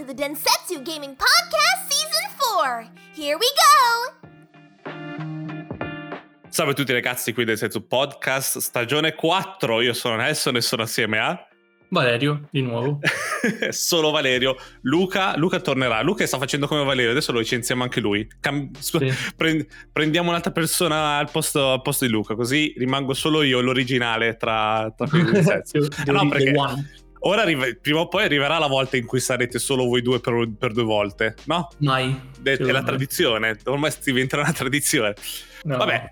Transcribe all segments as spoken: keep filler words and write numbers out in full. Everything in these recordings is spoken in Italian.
the Densetsu Gaming Podcast Season four. Here we go! Salve a tutti ragazzi, qui del Densetsu Podcast, stagione quattro. Io sono Nelson e sono assieme a... Valerio, di nuovo. Solo Valerio. Luca, Luca tornerà. Luca sta facendo come Valerio, adesso lo licenziamo anche lui. Cam- sì. Prend- prendiamo un'altra persona al posto, al posto di Luca, così rimango solo io, l'originale tra, tra quelli di Densetsu. the, no, perché one. Ora arriva, prima o poi arriverà la volta in cui sarete solo voi due per, per due volte, no? Mai. De- è la tradizione, ormai si diventerà una tradizione. No. Vabbè,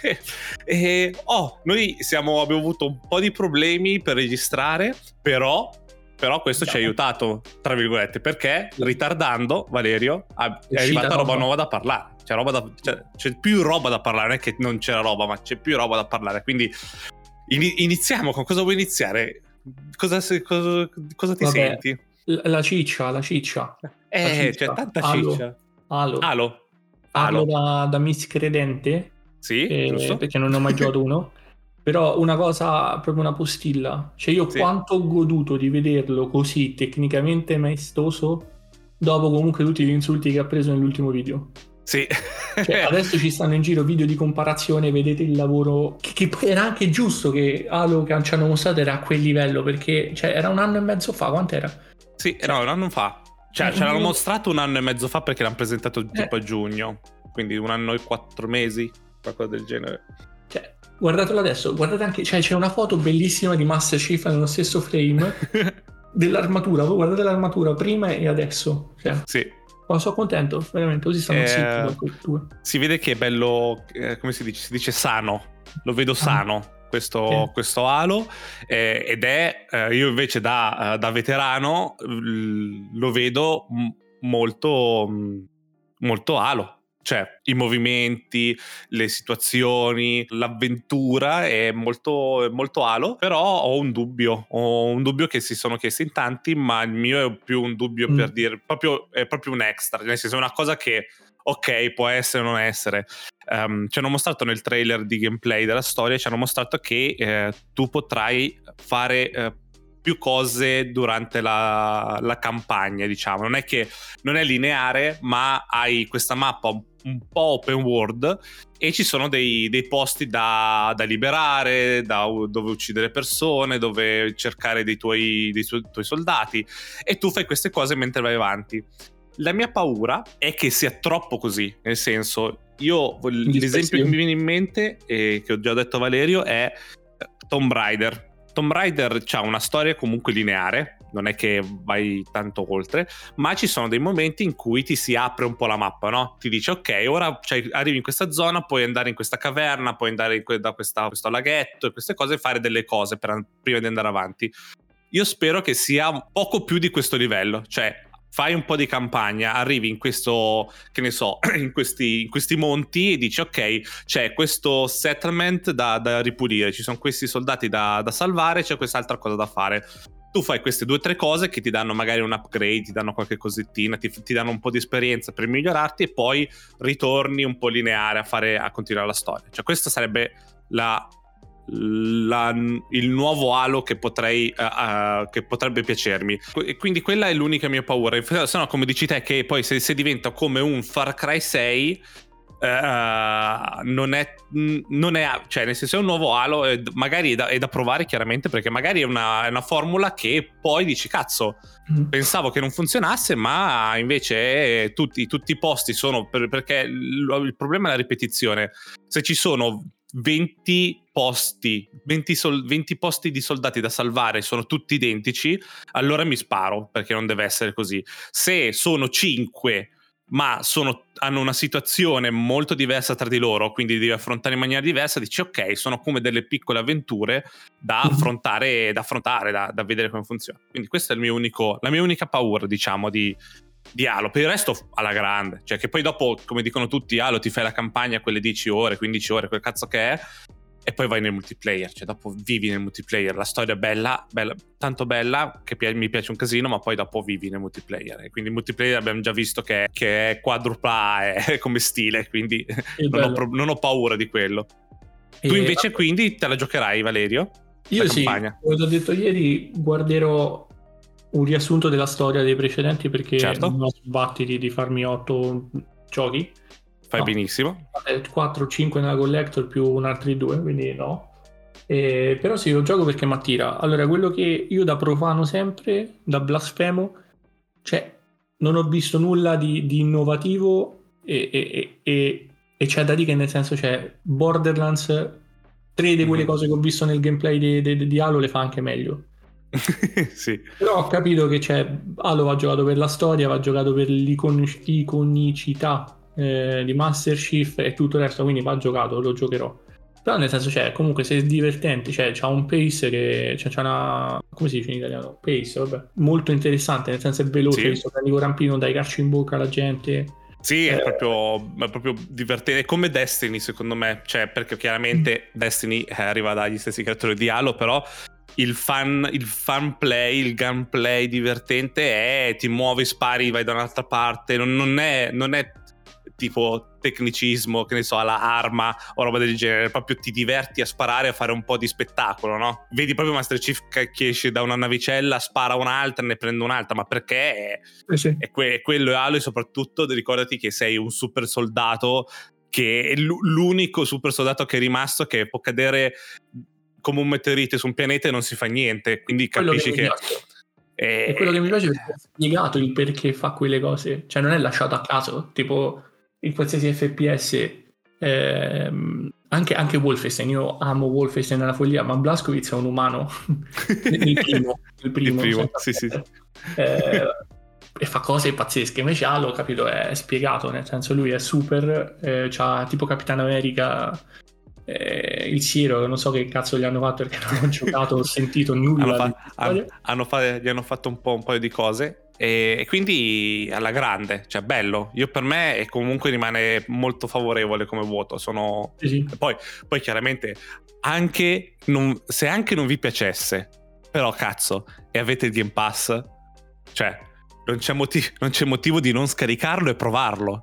e, oh, noi siamo, abbiamo avuto un po' di problemi per registrare, però, però questo no. ci ha aiutato, tra virgolette, perché ritardando, Valerio, è arrivata roba nuova da parlare. C'è, roba da, c'è, c'è più roba da parlare, non è che non c'era roba, ma c'è più roba da parlare. Quindi in, iniziamo, con cosa vuoi iniziare? Cosa, cosa, cosa ti Vabbè, senti? La ciccia, la ciccia. Eh, la ciccia. c'è tanta Alo. ciccia. Alo. Alo. Parlo da, da miscredente, sì, eh, giusto? perché non ho mai giocato uno, però una cosa, proprio una postilla, cioè io sì. quanto ho goduto di vederlo così tecnicamente maestoso dopo comunque tutti gli insulti che ha preso nell'ultimo video. Sì. Cioè, adesso ci stanno in giro video di comparazione, vedete il lavoro, che, che poi era anche giusto che Halo che ci hanno mostrato era a quel livello, perché cioè, era un anno e mezzo fa, quant'era? Sì, cioè, no, un anno fa. Cioè, ce l'hanno mostrato un anno e mezzo fa perché l'hanno presentato tipo eh. a giugno. Quindi un anno e quattro mesi, qualcosa del genere. Cioè, guardatelo adesso, guardate anche, cioè c'è una foto bellissima di Master Chief nello stesso frame dell'armatura. Voi guardate l'armatura prima e adesso. Cioè, sì. Ma sono contento, veramente, così stanno eh, zitti. Si vede che è bello, eh, come si dice? Si dice sano. Lo vedo sano. Ah. Questo, eh. questo Halo eh, ed è eh, io invece da, da veterano l- lo vedo m- molto m- molto Halo, cioè i movimenti, le situazioni, l'avventura è molto, è molto Halo, però ho un dubbio ho un dubbio che si sono chiesti in tanti, ma il mio è più un dubbio mm. per dire proprio, è proprio un extra, nel senso è una cosa che ok, può essere o non essere. Um, ci hanno mostrato nel trailer di gameplay della storia, ci hanno mostrato che eh, tu potrai fare eh, più cose durante la, la campagna, diciamo. Non è che non è lineare, ma hai questa mappa un, un po' open world e ci sono dei, dei posti da, da liberare, da, dove uccidere persone, dove cercare dei tuoi, dei tuoi, tuoi soldati, e tu fai queste cose mentre vai avanti. La mia paura è che sia troppo così, nel senso, io l'esempio che mi viene in mente e che ho già detto a Valerio è Tomb Raider. Tomb Raider c'ha una storia comunque lineare, non è che vai tanto oltre, ma ci sono dei momenti in cui ti si apre un po' la mappa, no? Ti dice ok, ora cioè, arrivi in questa zona, puoi andare in questa caverna, puoi andare in que- da questa, questo laghetto e queste cose, e fare delle cose per, prima di andare avanti. Io spero che sia poco più di questo livello, cioè fai un po' di campagna, arrivi in questo, che ne so, in questi, in questi monti e dici ok, c'è questo settlement da, da ripulire, ci sono questi soldati da, da salvare, c'è quest'altra cosa da fare. Tu fai queste due o tre cose che ti danno magari un upgrade, ti danno qualche cosettina, ti, ti danno un po' di esperienza per migliorarti e poi ritorni un po' lineare a fare, a continuare la storia. Cioè questa sarebbe la... La, il nuovo Halo che potrei uh, uh, che potrebbe piacermi, e quindi quella è l'unica mia paura. Se no, come dici te, che poi se, se diventa come un Far Cry sei uh, non è non è cioè nel senso è un nuovo Halo, e magari è da, è da provare chiaramente, perché magari è una, è una formula che poi dici cazzo, mm. pensavo che non funzionasse, ma invece tutti, tutti i posti sono per, perché il, il problema è la ripetizione. Se ci sono venti posti venti, sol, venti posti di soldati da salvare, sono tutti identici, allora mi sparo, perché non deve essere così. Se sono cinque ma sono, hanno una situazione molto diversa tra di loro, quindi devi affrontare in maniera diversa, dici ok, sono come delle piccole avventure da affrontare, da, affrontare da, da vedere come funziona. Quindi questa è il mio unico, la mia unica paura, diciamo, di di Halo. Per il resto alla grande, cioè che poi dopo, come dicono tutti, Halo ti fai la campagna quelle dieci ore, quindici ore, quel cazzo che è, e poi vai nel multiplayer, cioè dopo vivi nel multiplayer, la storia è bella, bella tanto bella che pi- mi piace un casino, ma poi dopo vivi nel multiplayer, e quindi il multiplayer abbiamo già visto che, che è quadrupla, è come stile, quindi non ho, pro- non ho paura di quello. E tu invece vabbè. Quindi te la giocherai, Valerio? Io la sì, campagna. come ti ho detto ieri, guarderò un riassunto della storia dei precedenti perché Certo. non ho sbattiti di farmi otto giochi. Fai No. benissimo. quattro o cinque nella collector più un altri due, quindi no. Eh, però sì, lo gioco perché mi attira. Allora, quello che io da profano sempre, da blasfemo, cioè non ho visto nulla di, di innovativo e, e, e, e c'è da dire che nel senso c'è Borderlands, tre di quelle Mhm. cose che ho visto nel gameplay di, di, di Halo le fa anche meglio. Sì. Però ho capito che c'è Halo va giocato per la storia, va giocato per l'iconicità eh, di Master Chief e tutto il resto, quindi va giocato, lo giocherò. Però nel senso c'è, comunque se è divertente, cioè c'ha un pace che cioè, c'ha una, come si dice in italiano? Pace, vabbè, molto interessante, nel senso è veloce, Sì. visto prendi con rampino, dai calci in bocca alla gente. Sì, è Eh, proprio, è proprio divertente, è come Destiny secondo me, cioè perché chiaramente Destiny eh, arriva dagli stessi creatori di Halo, però il fan, il fan play, il gunplay divertente è ti muovi, spari, vai da un'altra parte, non, non è, non è tipo tecnicismo, che ne so, alla arma o roba del genere, proprio ti diverti a sparare, a fare un po' di spettacolo, no? Vedi proprio Master Chief che esce da una navicella, spara un'altra, ne prende un'altra, ma perché è, eh sì. è, que- è quello è Halo, e soprattutto ricordati che sei un super soldato, che è l- l'unico super soldato che è rimasto, che può cadere come un meteorite su un pianeta e non si fa niente, quindi Quello capisci che mi che... piace. è... E quello che mi piace è perché ha spiegato il perché fa quelle cose, cioè non è lasciato a caso, tipo in qualsiasi F P S, ehm, anche, anche Wolfenstein, io amo Wolfenstein nella follia, ma Blazkowicz è un umano, il primo, il primo, il primo senza sì, sì. eh, e fa cose pazzesche, invece Halo, capito, è spiegato, nel senso lui è super, eh, c'ha tipo Capitan America, eh, il Siero, non so che cazzo gli hanno fatto perché non ho giocato, ho sentito nulla hanno, fa- di hanno, hanno fa- gli hanno fatto un po' un paio di cose e, e quindi alla grande, cioè bello, io per me e comunque rimane molto favorevole come voto, sono sì, sì. poi, poi chiaramente anche non, se anche non vi piacesse, però cazzo, e avete il Game Pass, cioè non c'è, motivo, non c'è motivo di non scaricarlo e provarlo.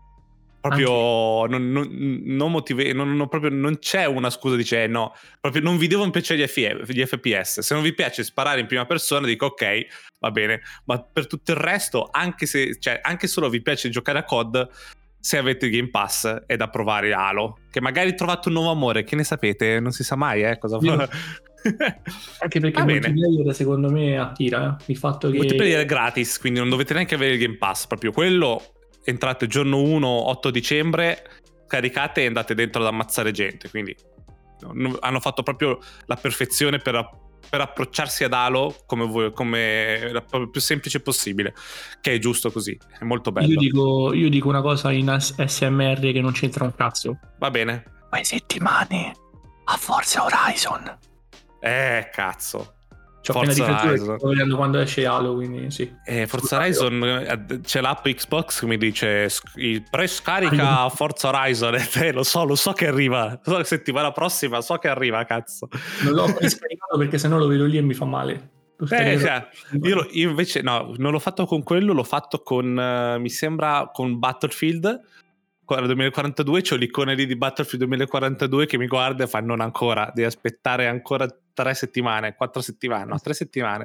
Proprio non, non, non, motive, non, non, proprio non c'è una scusa, dice eh, no, proprio non vi devono piacere gli, F- gli F P S. Se non vi piace sparare in prima persona, dico ok, va bene, ma per tutto il resto, anche se cioè, anche solo vi piace giocare a C O D, se avete il Game Pass è da provare Halo, che magari trovate un nuovo amore, che ne sapete, non si sa mai eh, cosa Io... fa. Anche perché va il bene. multiplayer secondo me attira eh? Il fatto Il che multiplayer è gratis, quindi non dovete neanche avere il Game Pass, proprio quello. Entrate giorno uno, otto dicembre, caricate e andate dentro ad ammazzare gente, quindi no, hanno fatto proprio la perfezione per, per approcciarsi ad Halo come, voi, come la più semplice possibile, che è giusto così, è molto bello. io dico, io dico una cosa in S M R che non c'entra un cazzo. Va bene. Ma settimane a Forza Horizon. Eh, cazzo. C'ho Forza appena riflettuto Horizon. sto vedendo quando esce Halo, quindi sì. Eh, Forza Horizon, c'è l'app Xbox che mi dice prescarica Forza Horizon e te lo so, lo so che arriva, so che settimana prossima so che arriva, cazzo. Non l'ho prescaricato perché sennò lo vedo lì e mi fa male. Eh, cioè, io, lo, io invece no, non l'ho fatto con quello, l'ho fatto con uh, mi sembra con Battlefield duemilaquarantadue, c'ho l'icona lì di Battlefield duemilaquarantadue che mi guarda e fa non ancora, devi aspettare ancora tre settimane, quattro settimane, no, tre settimane.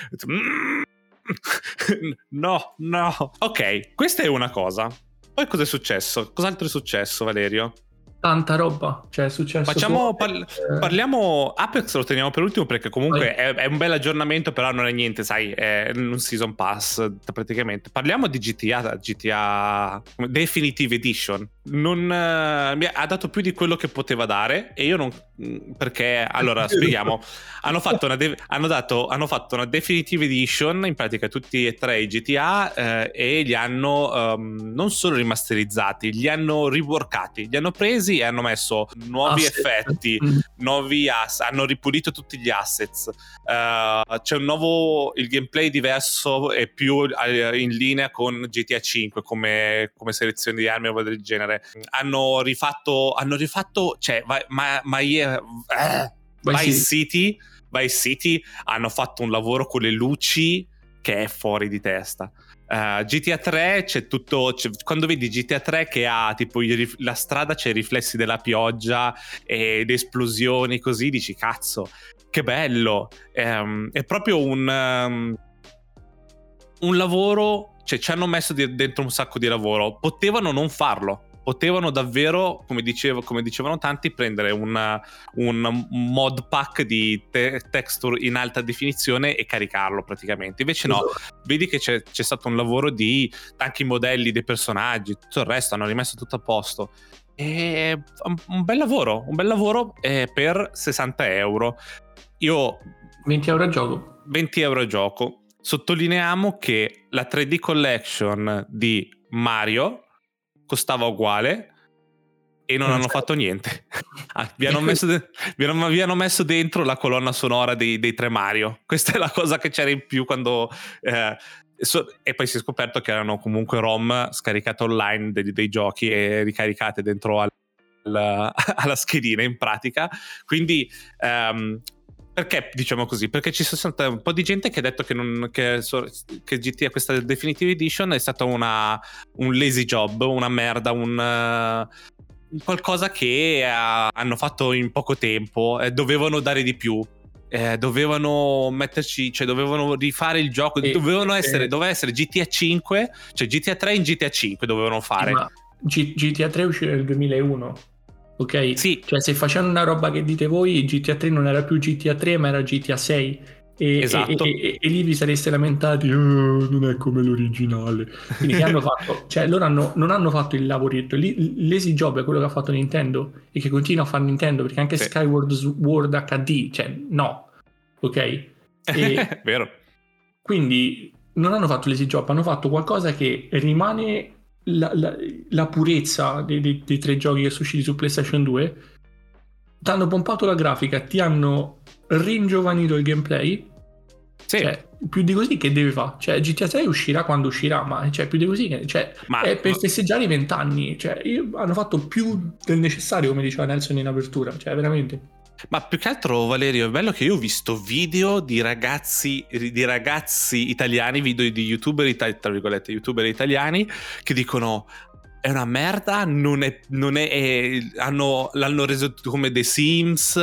No, no. Ok, questa è una cosa. Poi cosa è successo? Cos'altro è successo, Valerio? Tanta roba, cioè è successo. Facciamo, parli, parliamo Apex, lo teniamo per ultimo perché comunque è, è un bel aggiornamento, però non è niente, sai, è un season pass praticamente. Parliamo di G T A, G T A Definitive Edition. Non, uh, mi ha dato più di quello che poteva dare e io non, perché allora spieghiamo. Hanno fatto una de- hanno dato hanno fatto una Definitive Edition, in pratica tutti e tre i G T A eh, e li hanno um, non solo rimasterizzati, li hanno riworkati, li hanno presi e hanno messo nuovi Asset. effetti, mm. nuovi ass- hanno ripulito tutti gli assets, uh, c'è un nuovo, il gameplay diverso e più in linea con G T A cinque come, come selezione di armi o roba del genere. Hanno rifatto hanno rifatto cioè ma, ma, ma eh, Vice City Vice City hanno fatto un lavoro con le luci che è fuori di testa. Uh, G T A tre c'è tutto, c'è, quando vedi G T A tre che ha tipo i, la strada c'è i riflessi della pioggia e le esplosioni così, dici cazzo che bello, um, è proprio un um, un lavoro, cioè ci hanno messo di- dentro un sacco di lavoro, potevano non farlo. Potevano davvero, come, dicevo, come dicevano tanti, prendere una, un mod pack di te- texture in alta definizione e caricarlo praticamente. Invece no, vedi che c'è, c'è stato un lavoro di anche i modelli dei personaggi, tutto il resto, hanno rimesso tutto a posto. E un bel lavoro, un bel lavoro eh, per sessanta euro. Io venti euro a gioco. venti euro a gioco. Sottolineiamo che la tre D Collection di Mario costava uguale e non Eh, hanno certo. fatto niente. Ah, vi, hanno messo de- vi, hanno, vi hanno messo dentro la colonna sonora dei, dei tre Mario. Questa è la cosa che c'era in più quando... Eh, so, e poi si è scoperto che erano comunque ROM scaricate online dei, dei giochi e ricaricate dentro al, al, alla schedina in pratica. Quindi... Um, perché diciamo così? Perché ci sono stati un po' di gente che ha detto che, non, che, che G T A, questa Definitive Edition, è stata una, un lazy job, una merda, un, uh, qualcosa che uh, hanno fatto in poco tempo, eh, dovevano dare di più. Eh, dovevano metterci, cioè dovevano rifare il gioco, e, dovevano essere, e, doveva essere G T A cinque, cioè G T A tre in G T A cinque dovevano fare. Ma G- GTA tre uscì nel duemilauno. Ok? Sì. Cioè, se facevano una roba che dite voi, G T A tre non era più G T A tre, ma era G T A sei. E, esatto. e, e, e lì vi sareste lamentati, oh, non è come l'originale. Quindi che hanno fatto? Cioè, loro hanno, non hanno fatto il lavoretto. L'easy job è quello che ha fatto Nintendo e che continua a fare Nintendo, perché anche sì. Skyward Sword acca di, cioè, no. Ok? E vero. Quindi non hanno fatto l'easy job, hanno fatto qualcosa che rimane... La, la, la purezza dei, dei, dei tre giochi che sono usciti su PlayStation due. Ti hanno pompato la grafica, ti hanno ringiovanito il gameplay. Sì. Cioè, più di così che deve fare? Cioè, G T A sei uscirà quando uscirà, ma cioè, più di così che, cioè, ma, è per festeggiare i vent'anni. Cioè, io, hanno fatto più del necessario, come diceva Nelson in apertura. Cioè, veramente. Ma più che altro, Valerio, è bello che io ho visto video di ragazzi di ragazzi italiani, video di youtuber, tra virgolette, youtuber italiani che dicono è una merda, non è, non è, è hanno, l'hanno reso come The Sims,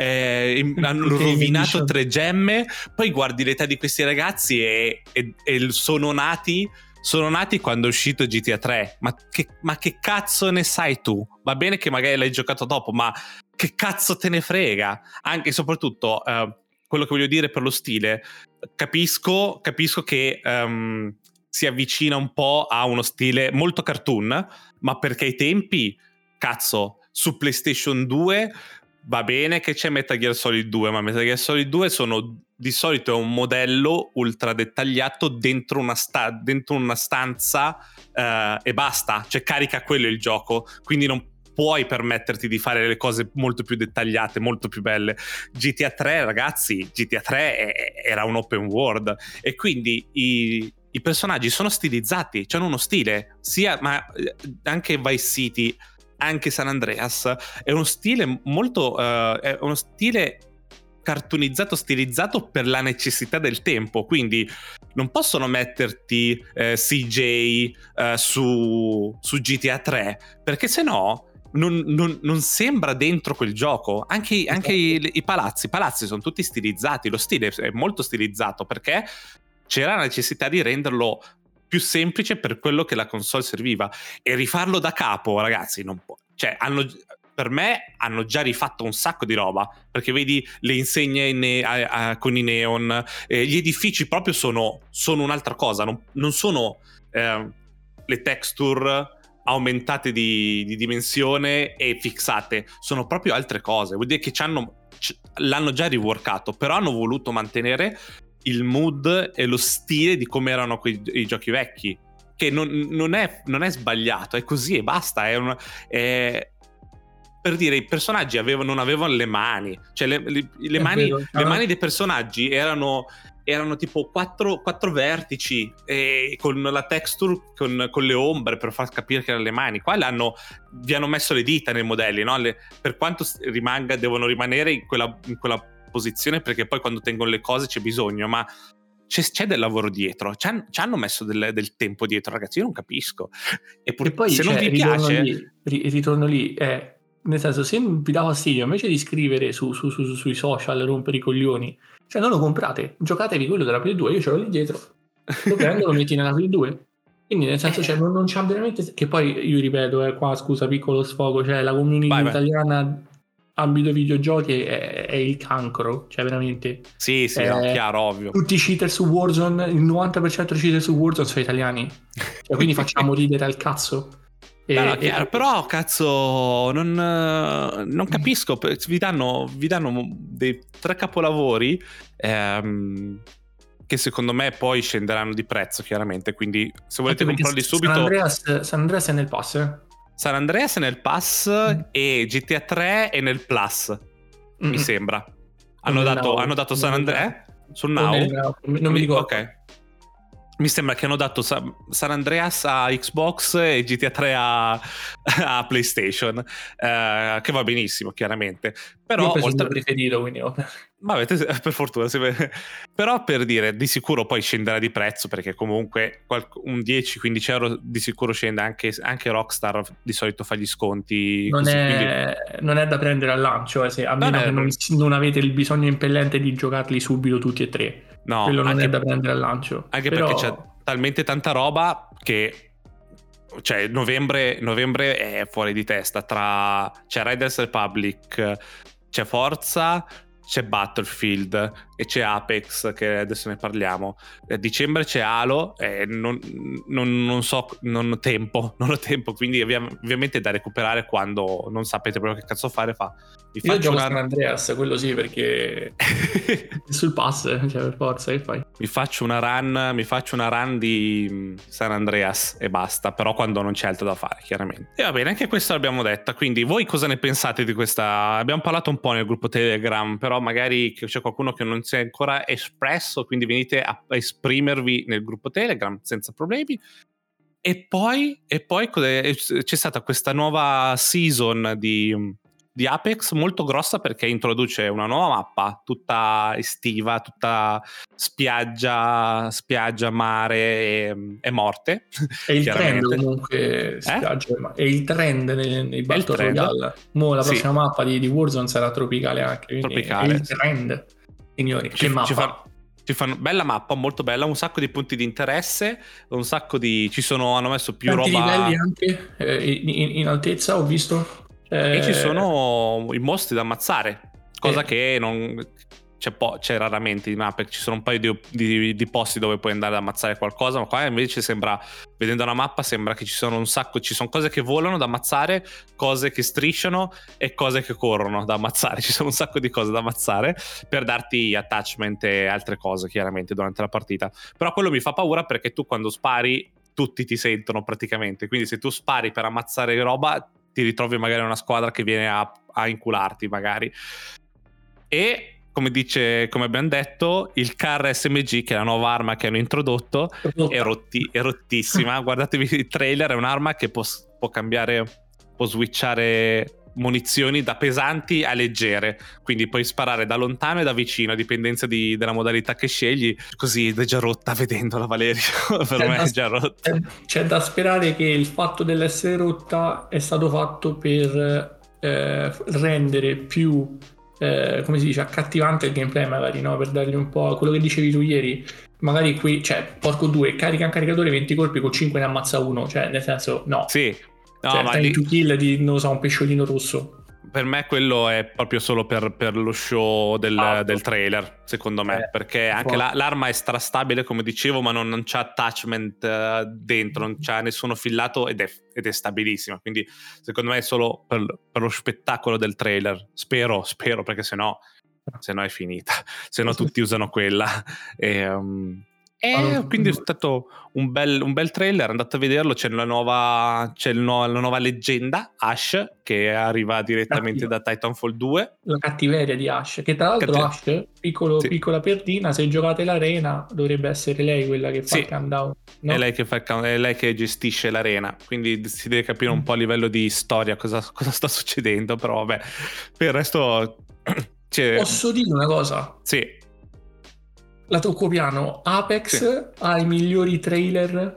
eh, hanno rovinato tre gemme. Poi guardi l'età di questi ragazzi e, e, e sono nati sono nati quando è uscito G T A tre. Ma che, ma che cazzo ne sai tu? Va bene che magari l'hai giocato dopo, ma che cazzo te ne frega? Anche e soprattutto uh, quello che voglio dire per lo stile, capisco, capisco che um, si avvicina un po' a uno stile molto cartoon, ma perché ai tempi, cazzo, su PlayStation due va bene che c'è Metal Gear Solid due, ma Metal Gear Solid due sono di solito è un modello ultra dettagliato dentro una, sta- dentro una stanza uh, e basta, cioè carica quello il gioco, quindi non puoi permetterti di fare le cose molto più dettagliate, molto più belle. G T A tre, ragazzi, G T A tre è, era un open world e quindi i, i personaggi sono stilizzati, c'hanno uno stile, sia ma anche Vice City, anche San Andreas, è uno stile molto uh, è uno stile cartoonizzato, stilizzato per la necessità del tempo, quindi non possono metterti eh, C J eh, su, su G T A tre, perché sennò Non, non, non sembra dentro quel gioco. Anche, anche i, i palazzi i palazzi sono tutti stilizzati, lo stile è molto stilizzato perché c'era la necessità di renderlo più semplice per quello che la console serviva, e rifarlo da capo, ragazzi, non può, cioè hanno, per me hanno già rifatto un sacco di roba, perché vedi le insegne ne, a, a, con i neon, eh, gli edifici proprio sono, sono un'altra cosa, non, non sono eh, le texture aumentate di, di dimensione e fissate, sono proprio altre cose. Vuol dire che c'hanno, l'hanno già riworkato, però hanno voluto mantenere il mood e lo stile di come erano quei, i giochi vecchi, che non, non, è, non è sbagliato, è così e basta. È un, è, per dire, i personaggi avevano, non avevano le mani, cioè le, le, le, mani, vero, le mani dei personaggi erano erano tipo quattro, quattro vertici e con la texture, con, con le ombre per far capire che erano le mani. Qua l'hanno, vi hanno messo le dita nei modelli, no? Le, per quanto rimanga, devono rimanere in quella, in quella posizione, perché poi quando tengono le cose c'è bisogno, ma c'è, c'è del lavoro dietro, ci hanno, ci hanno messo del, del tempo dietro, ragazzi, io non capisco. E, pur, e poi se cioè, non vi piace... Lì, ritorno lì, eh, nel senso, se non vi dà fastidio, invece di scrivere su, su, su, sui social, rompere i coglioni, cioè non lo comprate, giocatevi quello della Play due, io ce l'ho lì dietro. lo prendi e lo metti nella Play due. Quindi nel senso, cioè, non, non c'ha veramente... Che poi, io ripeto, eh, qua scusa, piccolo sfogo, cioè la community vai, vai. italiana ambito videogiochi è, è il cancro, cioè veramente... Sì, sì, eh, no, chiaro, ovvio. Tutti i cheater su Warzone, il novanta per cento dei cheater su Warzone sono italiani. Cioè, quindi facciamo ridere al cazzo. E, no, no, e, chiaro, però cazzo non, non capisco, vi danno, vi danno dei tre capolavori ehm, che secondo me poi scenderanno di prezzo chiaramente, quindi se volete comprarli subito... San Andreas, San Andreas è nel pass, eh? San Andreas è nel pass mm. e G T A tre è nel plus, mm. mi sembra. Hanno dato, hanno dato San Andreas sul Now? Nel, non mi ricordo. Ok. Mi sembra che hanno dato San Andreas a Xbox e G T A tre a, a PlayStation, eh, che va benissimo chiaramente. Però io ho preso oltre... il preferito, quindi vabbè, per fortuna. Però per dire, di sicuro poi scenderà di prezzo, perché comunque un dieci quindici euro di sicuro scende, anche, anche Rockstar di solito fa gli sconti. Non, così, è, quindi... non è da prendere al lancio, eh, se, a meno non che è... non, non avete il bisogno impellente di giocarli subito tutti e tre. No, quello non anche, è da prendere al lancio. Anche però... perché c'è talmente tanta roba che, cioè, novembre, novembre è fuori di testa. Tra c'è Riders Republic, c'è Forza, c'è Battlefield e c'è Apex, che adesso ne parliamo. A dicembre c'è Halo, e non, non, non so, non ho tempo, non ho tempo, quindi ovviamente è da recuperare quando non sapete proprio che cazzo fare. Fa. Vi Io gioco una... San Andreas, quello sì, perché sul pass, cioè per forza, che fai? Mi faccio una run, mi faccio una run di San Andreas e basta, però quando non c'è altro da fare, chiaramente. E va bene, anche questo l'abbiamo detta, quindi voi cosa ne pensate di questa? Abbiamo parlato un po' nel gruppo Telegram, però magari c'è qualcuno che non si è ancora espresso, quindi venite a esprimervi nel gruppo Telegram senza problemi. E poi, e poi c'è stata questa nuova season di... di Apex molto grossa, perché introduce una nuova mappa tutta estiva, tutta spiaggia, spiaggia, mare e, e morte. È il trend comunque, spiaggia, eh? È il trend nei, nei Battle Royale. Mo la prossima sì. mappa di, di Warzone sarà tropicale anche, tropicale, è il trend, signori. Ci, che mappa? Ci fa, ci fanno bella mappa, molto bella, un sacco di punti di interesse, un sacco di... ci sono, hanno messo più tanti roba... livelli anche, eh, in, in altezza ho visto. E ci sono i mostri da ammazzare, cosa eh. che non c'è, po- c'è raramente in Apex. Ci sono un paio di, di, di posti dove puoi andare ad ammazzare qualcosa, ma qua invece sembra, vedendo la mappa, sembra che ci sono un sacco, ci sono cose che volano da ammazzare, cose che strisciano e cose che corrono da ammazzare. Ci sono un sacco di cose da ammazzare per darti attachment e altre cose, chiaramente, durante la partita. Però quello mi fa paura, perché tu quando spari tutti ti sentono praticamente, quindi se tu spari per ammazzare roba ti ritrovi magari una squadra che viene a, a incularti magari. E come dice, come abbiamo detto, il K R S M G, che è la nuova arma che hanno introdotto, è, rotti, è rottissima. Guardatevi il trailer, è un'arma che può, può cambiare, può switchare munizioni da pesanti a leggere, quindi puoi sparare da lontano e da vicino a dipendenza di, della modalità che scegli. Così è già rotta vedendola, Valerio. Per c'è me da, è già rotta. C'è, c'è da sperare che il fatto dell'essere rotta è stato fatto per eh, rendere più eh, come si dice, accattivante il gameplay, magari, no? Per dargli un po' quello che dicevi tu ieri, magari qui, cioè, porco due, carica un caricatore, venti colpi, con cinque ne ammazza uno, cioè nel senso, no. Sì. No, cioè, ma time lì... to kill di, non so, un pesciolino rosso. Per me quello è proprio solo per, per lo show del, ah, del trailer, secondo me, eh, perché anche la, l'arma è strastabile, come dicevo, ma non, non c'ha attachment uh, dentro, non c'ha nessuno fillato ed è, ed è stabilissima, quindi secondo me è solo per, per lo spettacolo del trailer. Spero, spero, perché sennò, sennò è finita, sennò tutti usano quella. E, um, E quindi è stato un bel, un bel trailer, andate a vederlo. C'è la nuova, c'è il no, la nuova leggenda Ash, che arriva direttamente Cattiva. da Titanfall due. La cattiveria di Ash, che tra l'altro Cattiv- Ash, piccolo, sì. piccola perdina, se giocate l'arena dovrebbe essere lei quella che fa sì. il countdown, no? È lei che fa il countdown, è lei che gestisce l'arena, quindi si deve capire un po' a livello di storia cosa, cosa sta succedendo, però vabbè, per il resto c'è... Posso dire una cosa? Sì. La tocco piano, Apex sì. ha i migliori trailer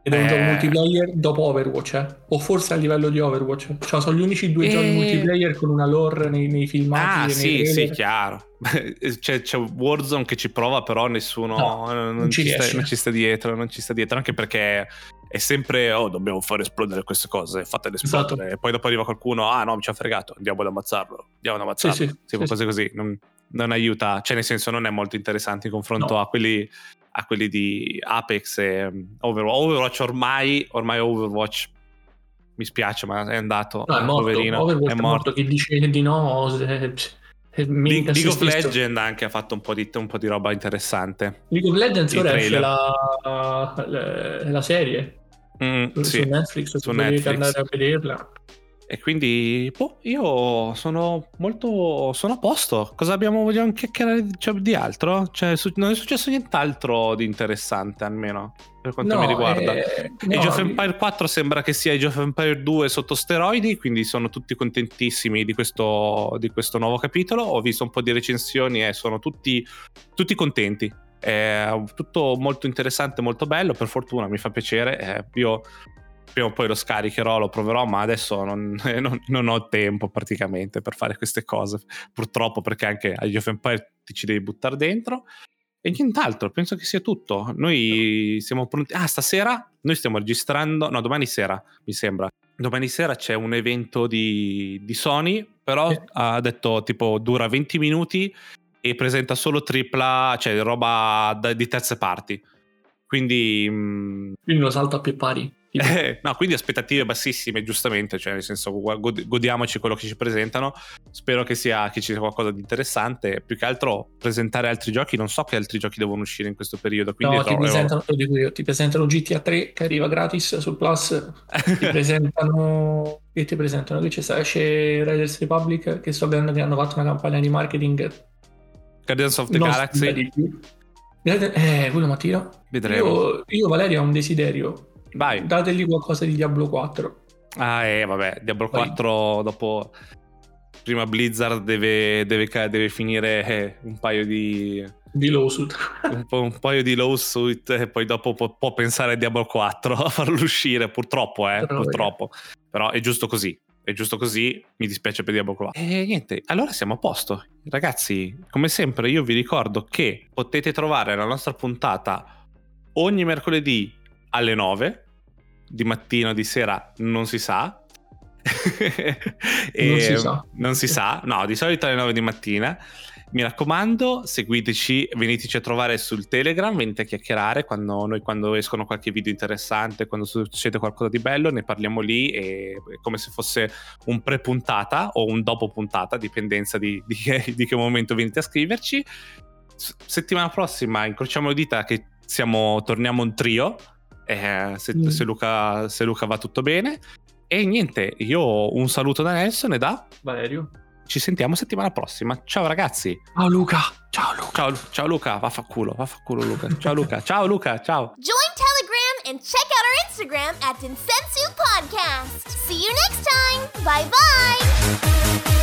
Ed è un Eh. gioco multiplayer dopo Overwatch, eh? O forse a livello di Overwatch. Cioè, sono gli unici due Eh. giochi multiplayer con una lore nei, nei filmati Ah, e nei sì, trailer. sì, chiaro. C'è, c'è Warzone che ci prova, però nessuno No, non, non ci ci sta, riesce. non ci sta dietro, non ci sta dietro, anche perché è sempre, oh, dobbiamo far esplodere queste cose, fatele esplodere. Esatto. E poi dopo arriva qualcuno, ah no, mi ci ha fregato, andiamo ad ammazzarlo, andiamo ad ammazzarlo. Sì, sì, tipo sì, cose così, non, non aiuta, cioè nel senso non è molto interessante in confronto No. a quelli a quelli di Apex e um, Overwatch. Overwatch ormai, ormai Overwatch mi spiace, ma è andato, No, è morto. poverino, Overwatch è morto. Chi dice di no se- se- mente a League se of stesso. Legends anche ha fatto un po' di, un po' di roba interessante. League of Legends I ora esce trailer. la, la, la serie Mm, su, sì, su Netflix, su se volete Netflix. andare a vederla. E quindi, boh, io sono molto, sono a posto. Cosa abbiamo, vogliamo chiacchierare di, cioè, di altro? Cioè, su- non è successo nient'altro di interessante, almeno per quanto No, mi riguarda. eh, Age no, of Empire quattro sembra che sia Age of Empire due sotto steroidi, quindi sono tutti contentissimi di questo, di questo nuovo capitolo. Ho visto un po' di recensioni e sono tutti, tutti contenti. È tutto molto interessante, molto bello, per fortuna, mi fa piacere. Eh, io prima o poi lo scaricherò, lo proverò, ma adesso non, non, non ho tempo praticamente per fare queste cose, purtroppo, perché anche Age of Empire ti ci devi buttare dentro. E nient'altro, penso che sia tutto. Noi siamo pronti. Ah, stasera noi stiamo registrando. No, domani sera mi sembra. Domani sera c'è un evento di, di Sony, però Eh. ha detto tipo dura venti minuti e presenta solo tripla, cioè roba da, di terze parti. Quindi. Mh, Quindi lo salta a più pari. eh, no, quindi aspettative bassissime, giustamente, cioè nel senso god- godiamoci quello che ci presentano. Spero che sia che ci sia qualcosa di interessante. Più che altro presentare altri giochi, non so che altri giochi devono uscire in questo periodo. Quindi No, ti trovo- presentano, lo dico io, ti presentano G T A tre che arriva gratis sul Plus, ti presentano che ti presentano che c'è sta, esce Riders Republic, che sto vedendo che hanno fatto una campagna di marketing Guardians of the non Galaxy. stupida di più. Eh, quello Mattino. Vedremo. Io, io Valerio ho un desiderio. Vai. Dategli qualcosa di Diablo quattro. Ah, eh, vabbè, Diablo Poi- quattro dopo. Prima Blizzard deve, deve, ca- deve finire eh, un paio di. Di lawsuit. un, po', un paio di lawsuit e poi dopo può, può pensare a Diablo quattro a farlo uscire, purtroppo, eh, Però, purtroppo. Però è giusto così. È giusto così, mi dispiace per Diablo quattro. E niente, allora siamo a posto. Ragazzi, come sempre io vi ricordo che potete trovare la nostra puntata ogni mercoledì alle nove, di mattino, di sera, non si sa. E Non si sa. non si sa, no, di solito alle nove di mattina. Mi raccomando, seguiteci, veniteci a trovare sul Telegram, venite a chiacchierare quando noi quando escono qualche video interessante, quando succede qualcosa di bello, ne parliamo lì, e è come se fosse un pre-puntata o un dopo puntata, a dipendenza di, di, che, di che momento venite a scriverci. S- settimana prossima incrociamo le dita che siamo, torniamo un trio, eh, se, Mm. se, Luca, se Luca va tutto bene. E niente, io un saluto da Nelson e da... Valerio. Ci sentiamo settimana prossima. Ciao ragazzi. Ciao Luca. Ciao Luca. Ciao, ciao Luca, vaffanculo, vaffanculo Luca. Ciao Luca, ciao Luca, ciao. Join Telegram and check out our Instagram at Densensu Podcast. See you next time. Bye bye.